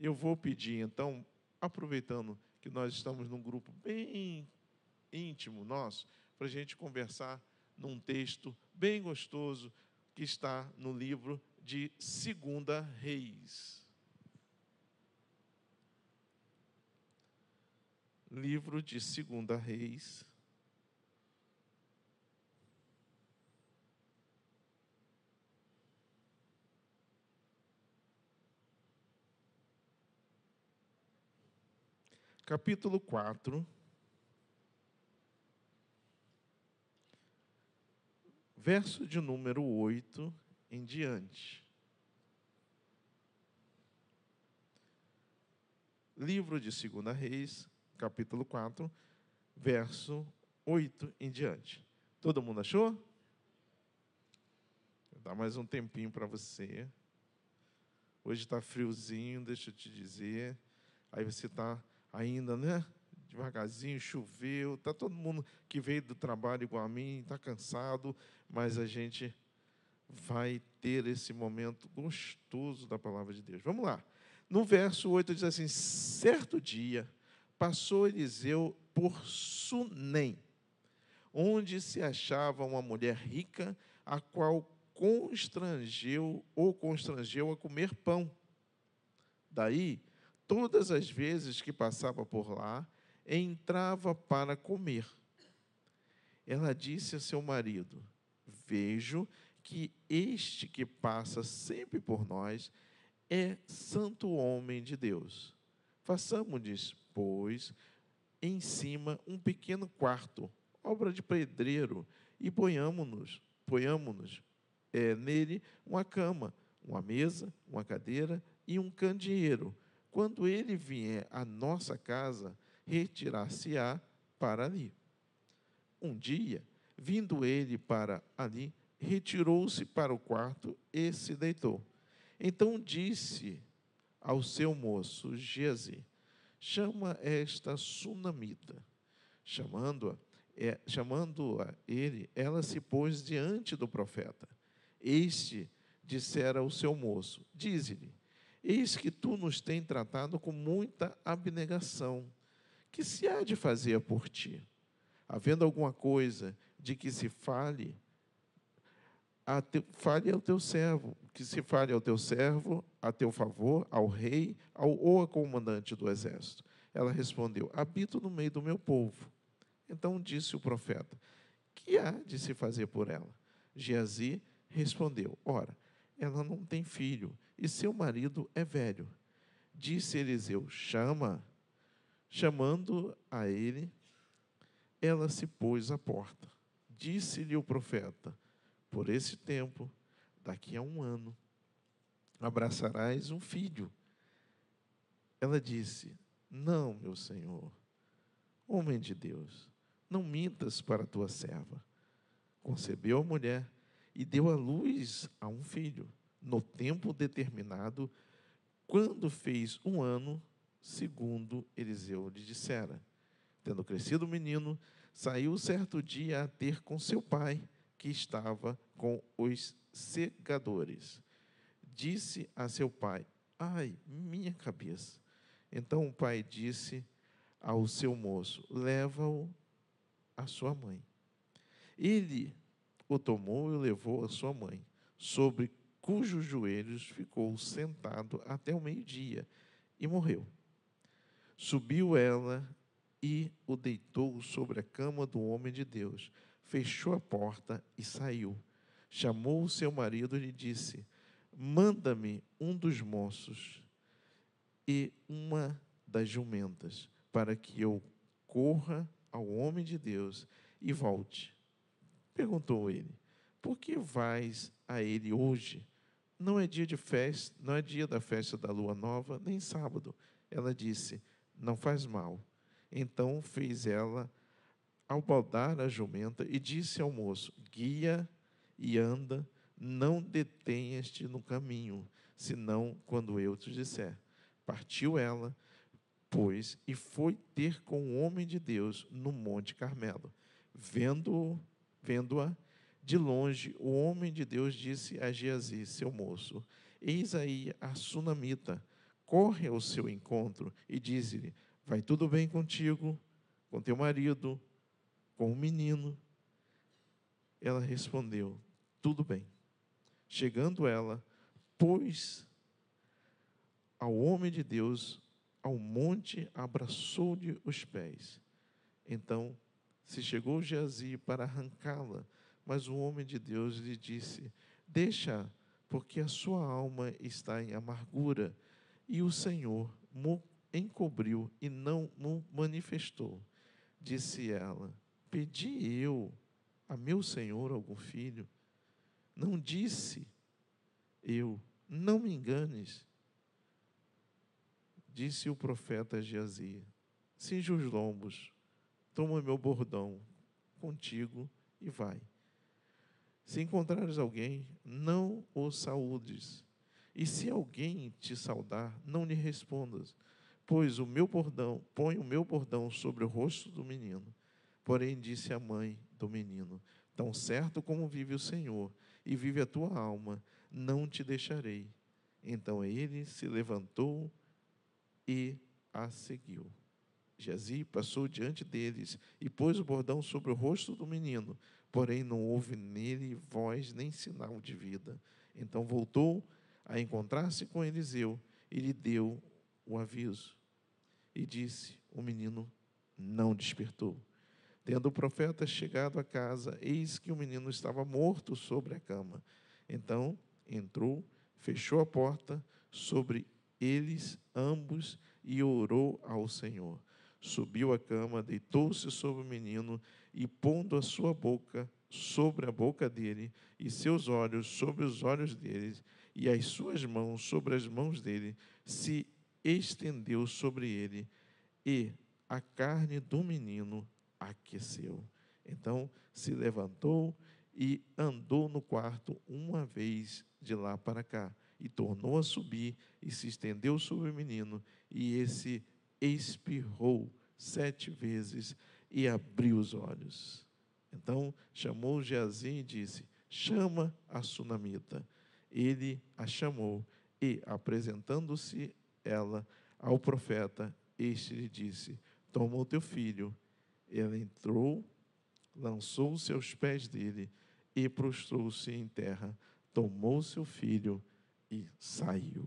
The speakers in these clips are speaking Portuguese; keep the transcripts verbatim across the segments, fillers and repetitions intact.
Eu vou pedir, então, aproveitando que nós estamos num grupo bem íntimo nosso, para a gente conversar num texto bem gostoso que está no livro de Segunda Reis. Livro de Segunda Reis. Capítulo quatro, verso de número oito em diante. Livro de Segunda Reis, capítulo quatro, verso oito em diante. Todo mundo achou? Vou dar mais um tempinho para você. Hoje está friozinho, deixa eu te dizer. Aí você está ainda, né? Devagarzinho, choveu. Está todo mundo que veio do trabalho igual a mim, está cansado, mas a gente vai ter esse momento gostoso da palavra de Deus. Vamos lá. No verso oito diz assim: certo dia passou Eliseu por Sunem, onde se achava uma mulher rica, a qual constrangeu ou constrangeu a comer pão. Daí, todas as vezes que passava por lá, entrava para comer. Ela disse a seu marido: vejo que este que passa sempre por nós é santo homem de Deus. Façamos-lhes, pois, em cima um pequeno quarto, obra de pedreiro, e ponhamo-nos, ponhamo-nos é, nele uma cama, uma mesa, uma cadeira e um candeeiro. Quando ele vier à nossa casa, retirar-se-á para ali. Um dia, vindo ele para ali, retirou-se para o quarto e se deitou. Então disse ao seu moço Geazi: chama esta sunamita. Chamando-a, é, chamando-a ele, ela se pôs diante do profeta. Este dissera ao seu moço: dize-lhe, eis que tu nos tens tratado com muita abnegação. Que se há de fazer por ti? Havendo alguma coisa de que se fale, a te, fale ao teu servo, que se fale ao teu servo, a teu favor, ao rei, ao, ou ao comandante do exército. Ela respondeu: habito no meio do meu povo. Então disse o profeta: que há de se fazer por ela? Geazi respondeu: ora, ela não tem filho, e seu marido é velho. Disse Eliseu: chama. Chamando a ele, ela se pôs à porta. Disse-lhe o profeta: por esse tempo, daqui a um ano, abraçarás um filho. Ela disse: não, meu senhor, homem de Deus, não mintas para a tua serva. Concebeu a mulher e deu à luz a um filho, no tempo determinado, quando fez um ano, segundo Eliseu lhe dissera. Tendo crescido o menino, saiu certo dia a ter com seu pai, que estava com os segadores. Disse a seu pai: ai, minha cabeça. Então o pai disse ao seu moço: leva-o à sua mãe. Ele o tomou e o levou à sua mãe, sobre cujos joelhos ficou sentado até o meio-dia, e morreu. Subiu ela e o deitou sobre a cama do homem de Deus, fechou a porta e saiu. Chamou o seu marido e lhe disse: manda-me um dos moços e uma das jumentas, para que eu corra ao homem de Deus e volte. Perguntou ele: por que vais a ele hoje? Não é dia de festa, não é dia da festa da lua nova, nem sábado. Ela disse: não faz mal. Então fez ela albaldar a jumenta e disse ao moço: guia e anda, não detenhas-te no caminho, senão quando eu te disser. Partiu ela, pois, e foi ter com o homem de Deus no Monte Carmelo. Vendo, vendo-a de longe, o homem de Deus disse a Geazi, seu moço: eis aí a sunamita, corre ao seu encontro e diz-lhe: vai tudo bem contigo, com teu marido, com o menino? Ela respondeu: tudo bem. Chegando ela, pôs ao homem de Deus ao monte, abraçou-lhe os pés. Então se chegou Geazi para arrancá-la, mas o homem de Deus lhe disse: deixa, porque a sua alma está em amargura, e o Senhor mo encobriu e não mo manifestou. Disse ela: pedi eu a meu senhor algum filho? Não disse eu: não me enganes. Disse o profeta a Geazi: cinge os lombos, toma meu bordão contigo e vai. Se encontrares alguém, não o saúdes. E se alguém te saudar, não lhe respondas, pois o meu bordão, põe o meu bordão sobre o rosto do menino. Porém disse a mãe do menino: tão certo como vive o Senhor, e vive a tua alma, não te deixarei. Então ele se levantou e a seguiu. Geazi passou diante deles e pôs o bordão sobre o rosto do menino, porém não houve nele voz nem sinal de vida. Então voltou a encontrar-se com Eliseu e lhe deu o aviso. E disse: o menino não despertou. Tendo o profeta chegado a casa, eis que o menino estava morto sobre a cama. Então entrou, fechou a porta sobre eles ambos e orou ao Senhor. Subiu à cama, deitou-se sobre o menino e, pondo a sua boca sobre a boca dele e seus olhos sobre os olhos dele e as suas mãos sobre as mãos dele, se estendeu sobre ele, e a carne do menino aqueceu. Então se levantou e andou no quarto uma vez de lá para cá, e tornou a subir e se estendeu sobre o menino, e esse espirrou sete vezes e abriu os olhos. Então chamou Geazi e disse: chama a sunamita. Ele a chamou e, apresentando-se ela ao profeta, este lhe disse: toma o teu filho. Ela entrou, lançou os seus pés dele e prostrou-se em terra, tomou seu filho e saiu.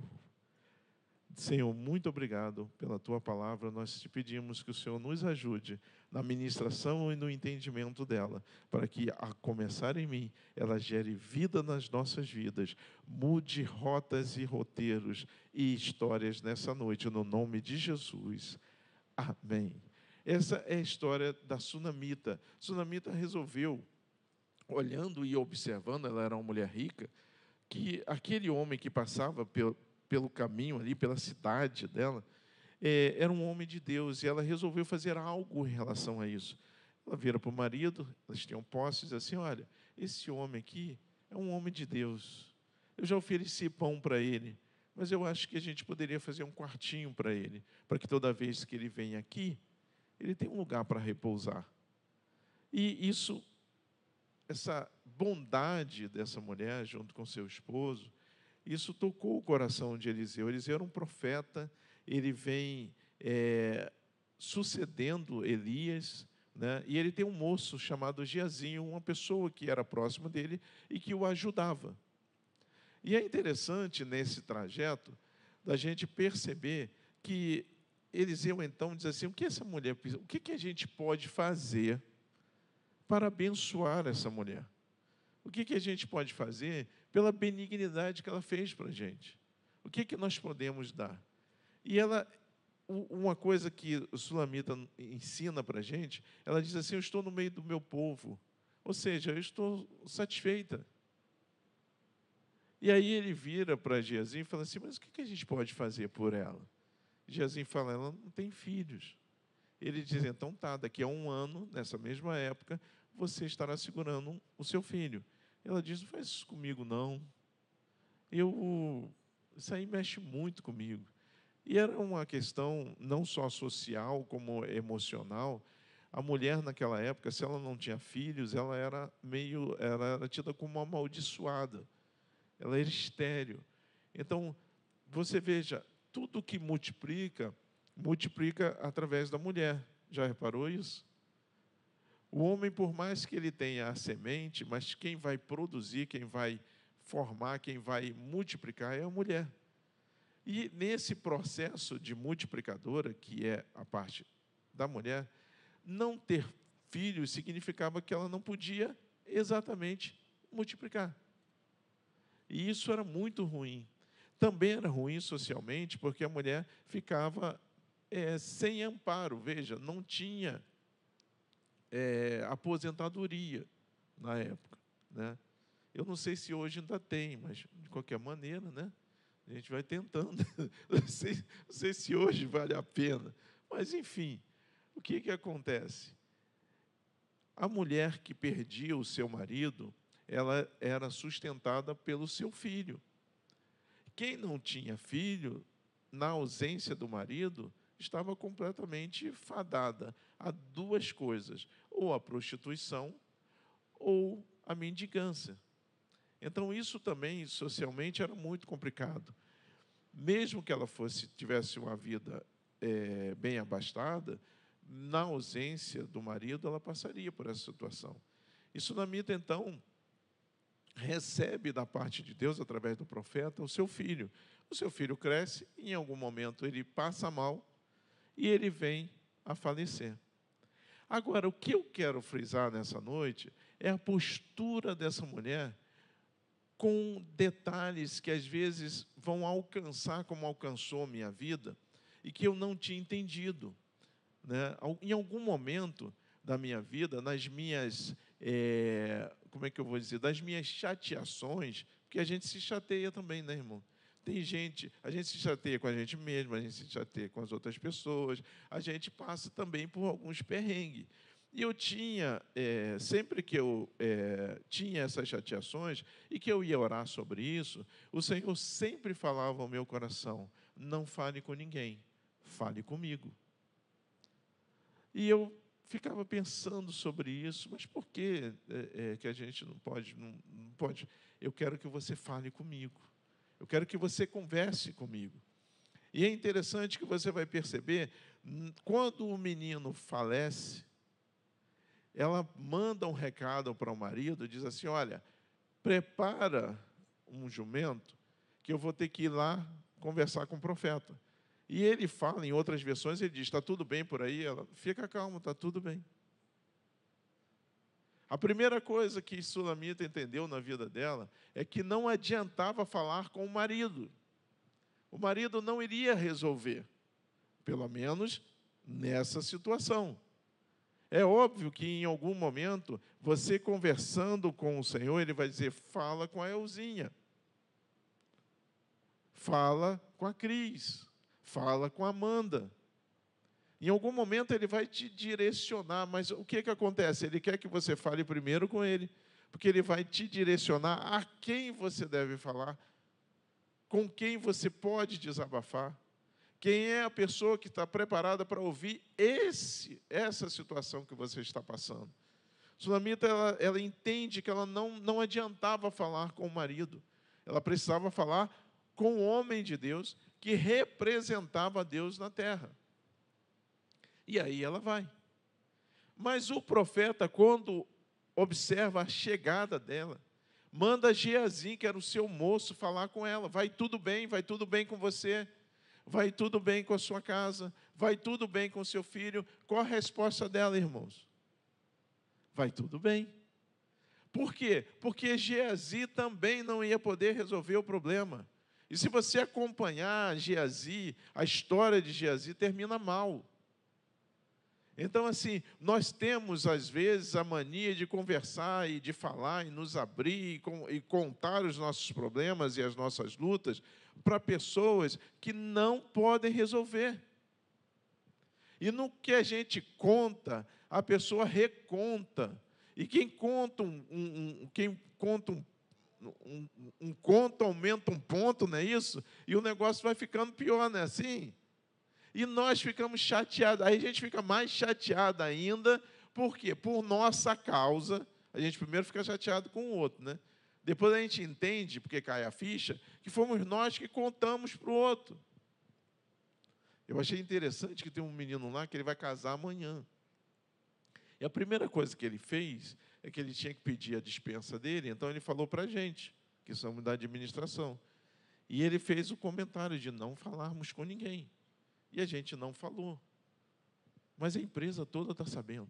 Senhor, muito obrigado pela tua palavra. Nós te pedimos que o Senhor nos ajude na ministração e no entendimento dela, para que, a começar em mim, ela gere vida nas nossas vidas, mude rotas e roteiros e histórias nessa noite, no nome de Jesus. Amém. Essa é a história da sunamita. Sunamita resolveu, olhando e observando, ela era uma mulher rica, que aquele homem que passava pelo pelo caminho ali, pela cidade dela, é, era um homem de Deus, e ela resolveu fazer algo em relação a isso. Ela vira para o marido, eles tinham posse, e diz assim: olha, esse homem aqui é um homem de Deus, eu já ofereci pão para ele, mas eu acho que a gente poderia fazer um quartinho para ele, para que toda vez que ele vem aqui, ele tenha um lugar para repousar. E isso, essa bondade dessa mulher, junto com seu esposo, isso tocou o coração de Eliseu. Eliseu era um profeta, ele vem é, sucedendo Elias, né? E ele tem um moço chamado Geazi, uma pessoa que era próxima dele e que o ajudava. E é interessante nesse trajeto da gente perceber que Eliseu então diz assim: o que essa mulher, o que, que a gente pode fazer para abençoar essa mulher? O que, que a gente pode fazer pela benignidade que ela fez para a gente? O que, que nós podemos dar? E ela, uma coisa que o Sulamita ensina para a gente, ela diz assim: eu estou no meio do meu povo, ou seja, eu estou satisfeita. E aí ele vira para Geazi e fala assim: mas o que, que a gente pode fazer por ela? Geazi fala: ela não tem filhos. Ele diz: então tá, daqui a um ano, nessa mesma época, você estará segurando o seu filho. Ela diz: não faz isso comigo, não. Eu, isso aí mexe muito comigo. E era uma questão não só social, como emocional. A mulher, naquela época, se ela não tinha filhos, ela era meio, ela era tida como uma amaldiçoada. Ela era estéril. Então, você veja, tudo que multiplica, multiplica através da mulher. Já reparou isso? O homem, por mais que ele tenha a semente, mas quem vai produzir, quem vai formar, quem vai multiplicar é a mulher. E nesse processo de multiplicadora, que é a parte da mulher, não ter filhos significava que ela não podia exatamente multiplicar. E isso era muito ruim. Também era ruim socialmente, porque a mulher ficava é, sem amparo. Veja, não tinha é, aposentadoria na época, né? Eu não sei se hoje ainda tem, mas, de qualquer maneira, né, a gente vai tentando. Não sei, não sei se hoje vale a pena. Mas, enfim, o que, que acontece? A mulher que perdia o seu marido, ela era sustentada pelo seu filho. Quem não tinha filho, na ausência do marido, estava completamente fadada a duas coisas, ou a prostituição, ou a mendigância. Então, isso também, socialmente, era muito complicado. Mesmo que ela fosse, tivesse uma vida é, bem abastada, na ausência do marido, ela passaria por essa situação. E Sunamita, então, recebe da parte de Deus, através do profeta, o seu filho. O seu filho cresce, e em algum momento ele passa mal, e ele vem a falecer. Agora, o que eu quero frisar nessa noite é a postura dessa mulher, com detalhes que, às vezes, vão alcançar como alcançou a minha vida, e que eu não tinha entendido. Né? Em algum momento da minha vida, nas minhas, é, como é que eu vou dizer, das minhas chateações, porque a gente se chateia também, né, irmão? Tem gente, a gente se chateia com a gente mesmo, a gente se chateia com as outras pessoas, a gente passa também por alguns perrengues. E eu tinha, é, sempre que eu é, tinha essas chateações, e que eu ia orar sobre isso, o Senhor sempre falava ao meu coração: não fale com ninguém, fale comigo. E eu ficava pensando sobre isso, mas por que, é, é, que a gente não pode, não, não pode? Eu quero que você fale comigo, eu quero que você converse comigo. E é interessante que você vai perceber, quando o menino falece, ela manda um recado para o marido, diz assim: olha, prepara um jumento, que eu vou ter que ir lá conversar com o profeta. E ele fala, em outras versões, ele diz: está tudo bem por aí? Ela: fica calma, está tudo bem. A primeira coisa que Sunamita entendeu na vida dela é que não adiantava falar com o marido. O marido não iria resolver, pelo menos nessa situação. É óbvio que, em algum momento, você conversando com o Senhor, Ele vai dizer: fala com a Elzinha, fala com a Cris, fala com a Amanda. Em algum momento Ele vai te direcionar, mas o que, que acontece? Ele quer que você fale primeiro com Ele, porque Ele vai te direcionar a quem você deve falar, com quem você pode desabafar. Quem é a pessoa que está preparada para ouvir esse, essa situação que você está passando? Sunamita, ela, ela entende que ela não, não adiantava falar com o marido. Ela precisava falar com o homem de Deus, que representava Deus na terra. E aí ela vai. Mas o profeta, quando observa a chegada dela, manda Geazi, que era o seu moço, falar com ela: vai tudo bem, vai tudo bem com você. Vai tudo bem com a sua casa, vai tudo bem com o seu filho. Qual a resposta dela, irmãos? Vai tudo bem. Por quê? Porque Geazi também não ia poder resolver o problema. E se você acompanhar Geazi, a história de Geazi termina mal. Então, assim, nós temos, às vezes, a mania de conversar e de falar e nos abrir e contar os nossos problemas e as nossas lutas para pessoas que não podem resolver. E no que a gente conta, a pessoa reconta. E quem conta um, um, um, quem conta um, um, um conto aumenta um ponto, não é isso? E o negócio vai ficando pior, não é assim? E nós ficamos chateados, aí a gente fica mais chateado ainda. Por quê? Por nossa causa. A gente primeiro fica chateado com o outro, né? Depois a gente entende, porque cai a ficha, que fomos nós que contamos para o outro. Eu achei interessante que tem um menino lá que ele vai casar amanhã. E a primeira coisa que ele fez é que ele tinha que pedir a dispensa dele, então ele falou para a gente, que somos da administração. E ele fez o comentário de não falarmos com ninguém. E a gente não falou. Mas a empresa toda está sabendo.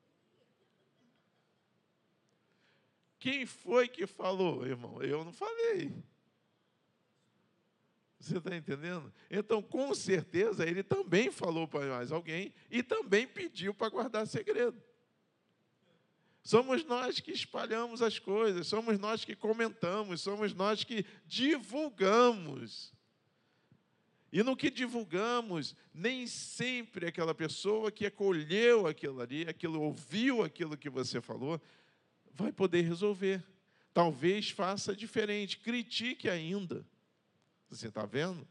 Quem foi que falou, irmão? Eu não falei. Você está entendendo? Então, com certeza, ele também falou para mais alguém e também pediu para guardar segredo. Somos nós que espalhamos as coisas, somos nós que comentamos, somos nós que divulgamos. E no que divulgamos, nem sempre aquela pessoa que acolheu aquilo ali, aquilo, ouviu aquilo que você falou, vai poder resolver. Talvez faça diferente, critique ainda. Você está vendo?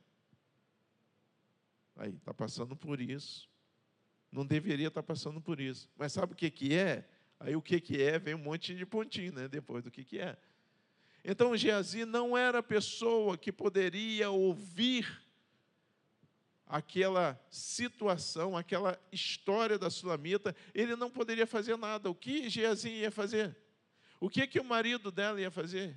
Aí, está passando por isso. Não deveria estar passando por isso. Mas sabe o que, que é? Aí o que, que é? Vem um monte de pontinho, né? Depois do que, que é. Então, Geazi não era a pessoa que poderia ouvir aquela situação, aquela história da Sulamita. Ele não poderia fazer nada. O que Geazi ia fazer? O que, que o marido dela ia fazer?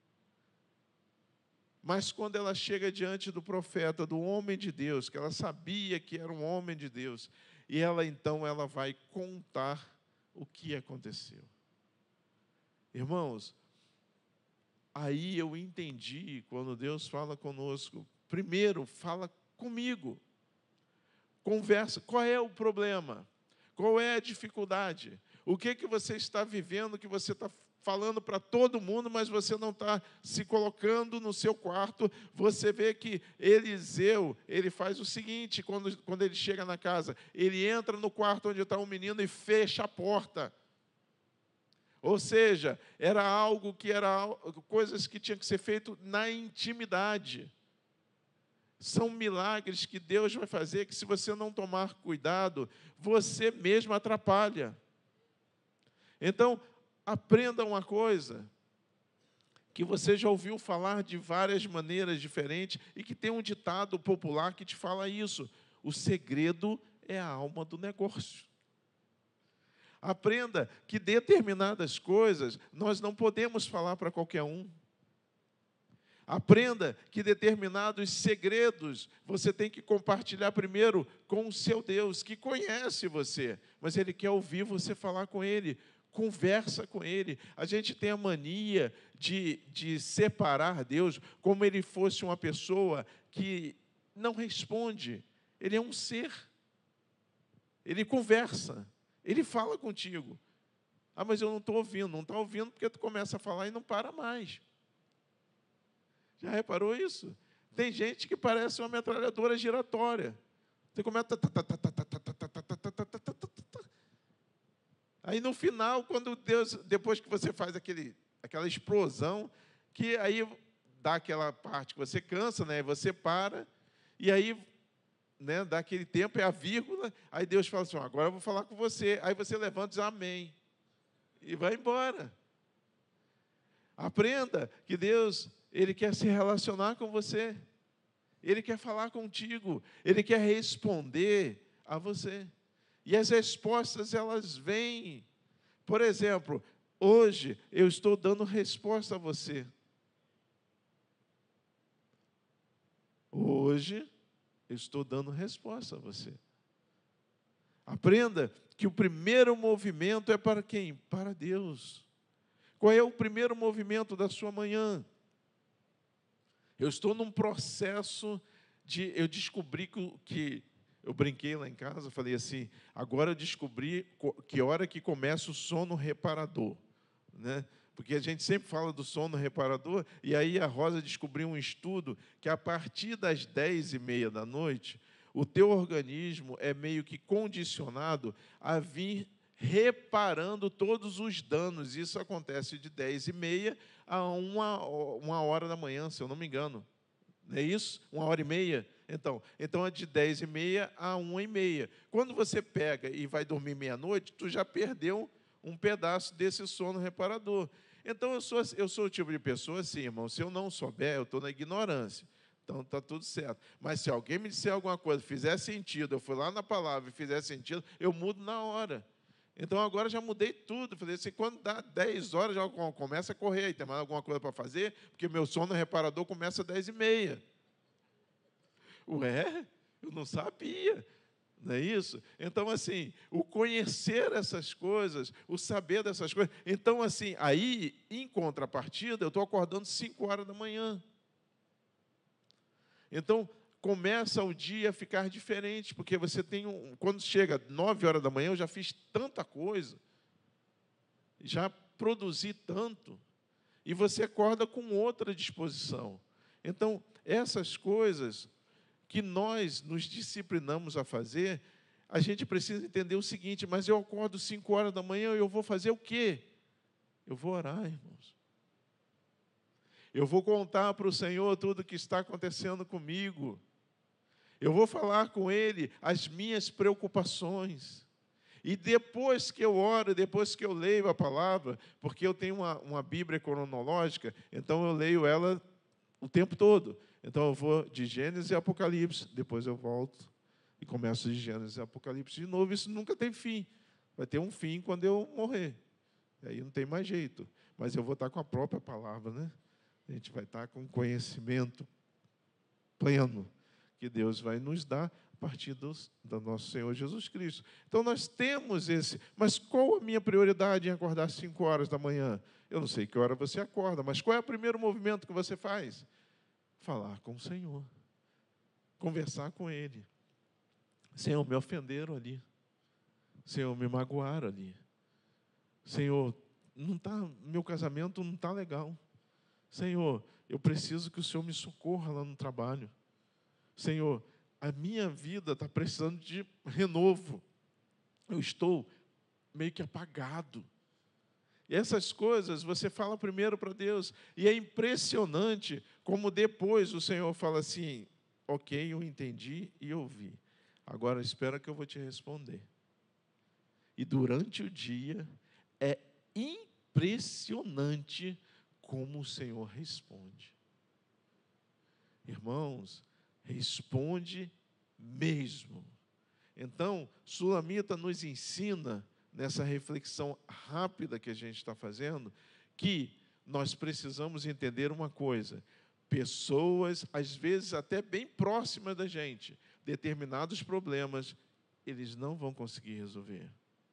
Mas quando ela chega diante do profeta, do homem de Deus, que ela sabia que era um homem de Deus, e ela então ela vai contar o que aconteceu. Irmãos, aí eu entendi, quando Deus fala conosco, primeiro, fala comigo. Conversa, qual é o problema? Qual é a dificuldade? O que, que você está vivendo, que você está falando para todo mundo, mas você não está se colocando no seu quarto? Você vê que Eliseu, ele faz o seguinte, quando, quando ele chega na casa, ele entra no quarto onde está o menino e fecha a porta. Ou seja, era algo que era coisas que tinham que ser feito na intimidade. São milagres que Deus vai fazer que, se você não tomar cuidado, você mesmo atrapalha. Então, aprenda uma coisa, que você já ouviu falar de várias maneiras diferentes e que tem um ditado popular que te fala isso: o segredo é a alma do negócio. Aprenda que determinadas coisas nós não podemos falar para qualquer um. Aprenda que determinados segredos você tem que compartilhar primeiro com o seu Deus, que conhece você, mas Ele quer ouvir você falar com Ele. Conversa com Ele. A gente tem a mania de, de separar Deus como Ele fosse uma pessoa que não responde. Ele é um ser. Ele conversa. Ele fala contigo. Ah, mas eu não estou ouvindo. Não está ouvindo porque tu começa a falar e não para mais. Já reparou isso? Tem gente que parece uma metralhadora giratória. Você começa... Aí, no final, quando Deus, depois que você faz aquele, aquela explosão, que aí dá aquela parte que você cansa, né? Você para, e aí, né, dá aquele tempo, é a vírgula, aí Deus fala assim, agora eu vou falar com você. Aí você levanta e diz amém. E vai embora. Aprenda que Deus, Ele quer se relacionar com você. Ele quer falar contigo. Ele quer responder a você. E as respostas, elas vêm. Por exemplo, hoje eu estou dando resposta a você. Hoje eu estou dando resposta a você. Aprenda que o primeiro movimento é para quem? Para Deus. Qual é o primeiro movimento da sua manhã? Eu estou num processo de... Eu descobri que... que Eu brinquei lá em casa, falei assim, agora eu descobri que hora que começa o sono reparador, né? Porque a gente sempre fala do sono reparador, e aí a Rosa descobriu um estudo que a partir das dez e meia da noite, o teu organismo é meio que condicionado a vir reparando todos os danos. Isso acontece de dez e meia a uma, uma hora da manhã, se eu não me engano. Não é isso? Uma hora e meia? Então, então é de dez e meia a uma e meia. Quando você pega e vai dormir meia-noite, tu já perdeu um pedaço desse sono reparador. Então, eu sou, eu sou o tipo de pessoa assim, irmão, se eu não souber, eu estou na ignorância. Então, está tudo certo. Mas se alguém me disser alguma coisa, fizer sentido, eu fui lá na palavra e fizer sentido, eu mudo na hora. Então, agora já mudei tudo. Falei assim, quando dá dez horas, já começa a correr. Tem mais alguma coisa para fazer? Porque meu sono reparador começa às dez e meia. Ué, eu não sabia. Não é isso? Então, assim, o conhecer essas coisas, o saber dessas coisas. Então, assim, aí, em contrapartida, eu estou acordando cinco horas da manhã. Então, começa o dia a ficar diferente, porque você tem um... Quando chega nove horas da manhã, eu já fiz tanta coisa, já produzi tanto, e você acorda com outra disposição. Então, essas coisas que nós nos disciplinamos a fazer, a gente precisa entender o seguinte, mas eu acordo cinco horas da manhã, eu vou fazer o quê? Eu vou orar, irmãos. Eu vou contar para o Senhor tudo o que está acontecendo comigo. Eu vou falar com Ele as minhas preocupações. E depois que eu oro, depois que eu leio a palavra, porque eu tenho uma, uma Bíblia cronológica, então eu leio ela o tempo todo. Então eu vou de Gênesis e Apocalipse, depois eu volto e começo de Gênesis e Apocalipse de novo. Isso nunca tem fim. Vai ter um fim quando eu morrer. Aí não tem mais jeito. Mas eu vou estar com a própria palavra, né? A gente vai estar com conhecimento pleno que Deus vai nos dar a partir dos, do nosso Senhor Jesus Cristo. Então, nós temos esse... Mas qual a minha prioridade em acordar às cinco horas da manhã? Eu não sei que hora você acorda, mas qual é o primeiro movimento que você faz? Falar com o Senhor. Conversar com Ele. Senhor, me ofenderam ali. Senhor, me magoaram ali. Senhor, não tá, meu casamento não está legal. Senhor, eu preciso que o Senhor me socorra lá no trabalho. Senhor, a minha vida está precisando de renovo. Eu estou meio que apagado. E essas coisas você fala primeiro para Deus. E é impressionante como depois o Senhor fala assim, ok, eu entendi e ouvi. Agora espera que eu vou te responder. E durante o dia é impressionante como o Senhor responde. Irmãos, responde mesmo. Então, Sulamita nos ensina, nessa reflexão rápida que a gente está fazendo, que nós precisamos entender uma coisa. Pessoas, às vezes até bem próximas da gente, determinados problemas, eles não vão conseguir resolver.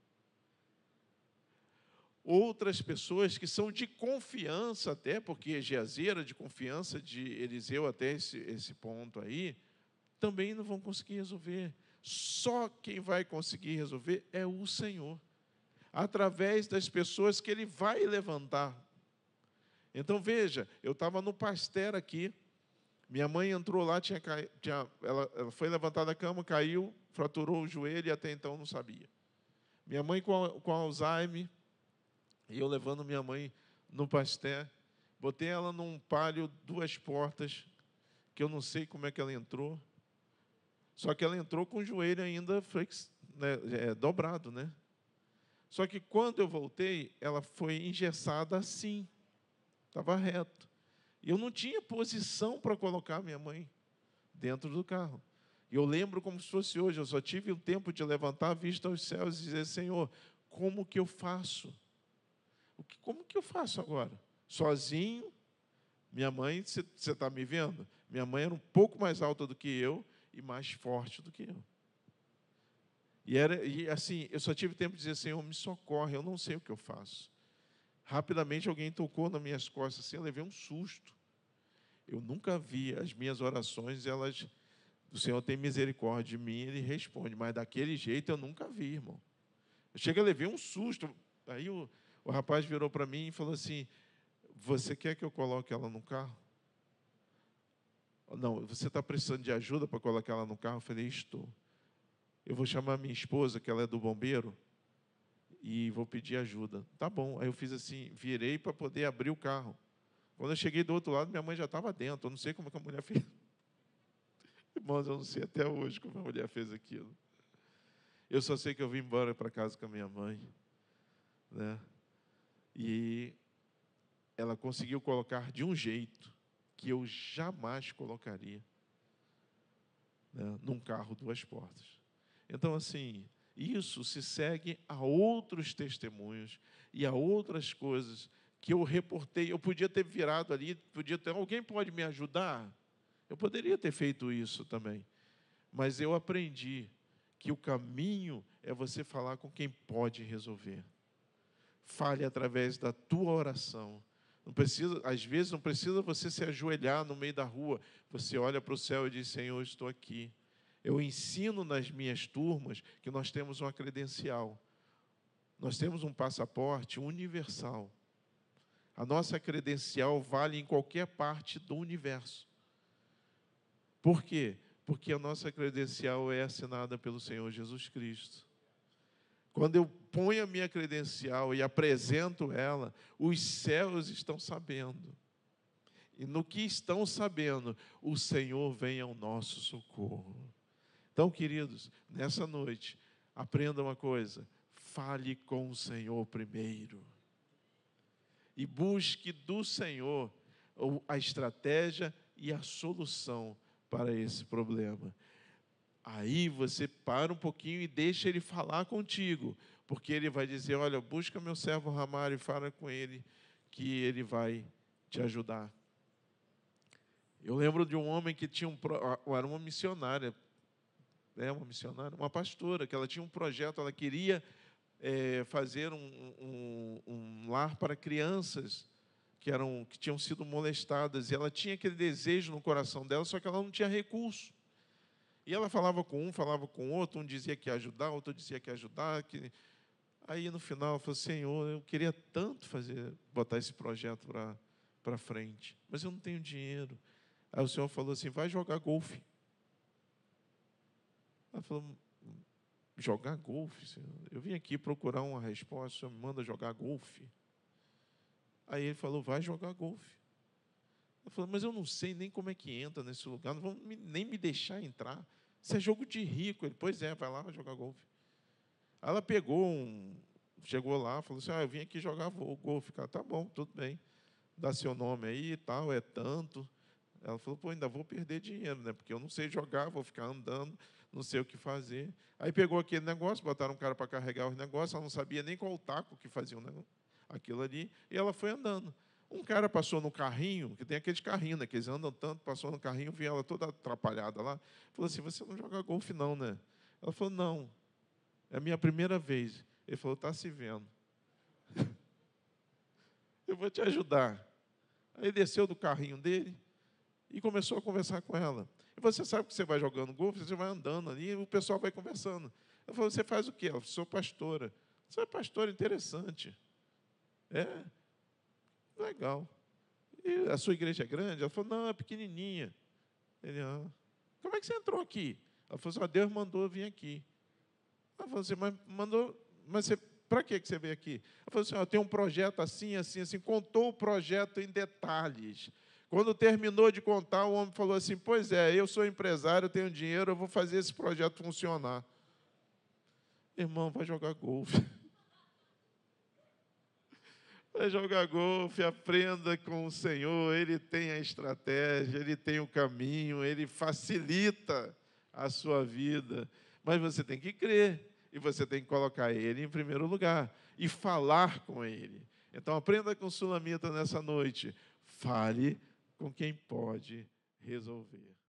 Outras pessoas que são de confiança até, porque Geazi era de confiança de Eliseu até esse, esse ponto aí, também não vão conseguir resolver. Só quem vai conseguir resolver é o Senhor, através das pessoas que Ele vai levantar. Então, veja, eu estava no Pasteur aqui, minha mãe entrou lá, tinha, tinha, ela, ela foi levantada da cama, caiu, fraturou o joelho e até então não sabia. Minha mãe com, com Alzheimer, e eu levando minha mãe no Pasteur, botei ela num palio, duas portas, que eu não sei como é que ela entrou, só que ela entrou com o joelho ainda flex, né, é, dobrado, né? Só que quando eu voltei, ela foi engessada assim, estava reto. E eu não tinha posição para colocar minha mãe dentro do carro. E eu lembro como se fosse hoje, eu só tive o tempo de levantar a vista aos céus e dizer, Senhor, como que eu faço? O que, como que eu faço agora? Sozinho, minha mãe, você está me vendo? Minha mãe era um pouco mais alta do que eu e mais forte do que eu. E, era, e assim, eu só tive tempo de dizer, Senhor, me socorre, eu não sei o que eu faço. Rapidamente alguém tocou nas minhas costas, assim, eu levei um susto. Eu nunca vi as minhas orações, elas, o Senhor tem misericórdia de mim, Ele responde, mas daquele jeito eu nunca vi, irmão. Eu cheguei a levar um susto, aí o, o rapaz virou para mim e falou assim, você quer que eu coloque ela no carro? Não, você está precisando de ajuda para colocar ela no carro? Eu falei, estou. Eu vou chamar minha esposa, que ela é do bombeiro, e vou pedir ajuda. Tá bom. Aí eu fiz assim, virei para poder abrir o carro. Quando eu cheguei do outro lado, minha mãe já estava dentro. Eu não sei como que a mulher fez. Irmãos, eu não sei até hoje como a mulher fez aquilo. Eu só sei que eu vim embora para casa com a minha mãe, né? E ela conseguiu colocar de um jeito que eu jamais colocaria, né, num carro duas portas. Então, assim, isso se segue a outros testemunhos e a outras coisas que eu reportei. Eu podia ter virado ali, podia ter, alguém pode me ajudar? Eu poderia ter feito isso também. Mas eu aprendi que o caminho é você falar com quem pode resolver. Fale através da tua oração. Não precisa, às vezes não precisa você se ajoelhar no meio da rua. Você olha para o céu e diz: Senhor, eu estou aqui. Eu ensino nas minhas turmas que nós temos uma credencial. Nós temos um passaporte universal. A nossa credencial vale em qualquer parte do universo. Por quê? Porque a nossa credencial é assinada pelo Senhor Jesus Cristo. Quando eu ponho a minha credencial e apresento ela, os céus estão sabendo. E no que estão sabendo, o Senhor vem ao nosso socorro. Então, queridos, nessa noite, aprenda uma coisa: fale com o Senhor primeiro. E busque do Senhor a estratégia e a solução para esse problema. Aí você para um pouquinho e deixa ele falar contigo, porque ele vai dizer: olha, busca meu servo Ramário e fala com ele, que ele vai te ajudar. Eu lembro de um homem que tinha um, era uma missionária, é uma missionária, uma pastora, que ela tinha um projeto, ela queria é, fazer um, um, um lar para crianças que, eram, que tinham sido molestadas, e ela tinha aquele desejo no coração dela, só que ela não tinha recurso. E ela falava com um, falava com outro, um dizia que ia ajudar, outro dizia que ia ajudar. Que... Aí, no final, ela falou: Senhor, eu queria tanto fazer, botar esse projeto para para frente, mas eu não tenho dinheiro. Aí o Senhor falou assim: vai jogar golfe. Ela falou: jogar golfe, Senhor? Eu vim aqui procurar uma resposta, o Senhor me manda jogar golfe? Aí ele falou: vai jogar golfe. Ela falou: mas eu não sei nem como é que entra nesse lugar, não vão nem me deixar entrar. Isso é jogo de rico. Ele: pois é, vai lá, vai jogar golfe. Aí ela pegou um, chegou lá, falou assim: ah, eu vim aqui jogar golfe. Ela: tá bom, tudo bem, dá seu nome aí e tal, é tanto. Ela falou: pô, ainda vou perder dinheiro, né? Porque eu não sei jogar, vou ficar andando, não sei o que fazer. Aí pegou aquele negócio, botaram um cara para carregar os negócios, ela não sabia nem qual o taco que fazia o negócio, aquilo ali, e ela foi andando. Um cara passou no carrinho, que tem aqueles carrinhos, né, que eles andam tanto, passou no carrinho, viu ela toda atrapalhada lá, falou assim: você não joga golfe não, né? Ela falou: não, é a minha primeira vez. Ele falou: está se vendo. Eu vou te ajudar. Aí desceu do carrinho dele e começou a conversar com ela. E você sabe que você vai jogando golfe, você vai andando ali e o pessoal vai conversando. Ela falou: você faz o quê? Ela falou: sou pastora. Você é pastora? Interessante. É? Legal. E a sua igreja é grande? Ela falou: não, é pequenininha. Ele: ah, como é que você entrou aqui? Ela falou assim: ah, Deus mandou eu vir aqui. Ela falou assim: mas mandou, mas você, para que você veio aqui? Ela falou assim: ah, eu tenho um projeto assim, assim, assim. Contou o projeto em detalhes. Quando terminou de contar, o homem falou assim: pois é, eu sou empresário, eu tenho dinheiro, eu vou fazer esse projeto funcionar. Irmão, vai jogar golfe. Vai jogar golfe, aprenda com o Senhor, Ele tem a estratégia, Ele tem o caminho, Ele facilita a sua vida. Mas você tem que crer, e você tem que colocar Ele em primeiro lugar, e falar com Ele. Então, aprenda com o Sulamita nessa noite. Fale com quem pode resolver.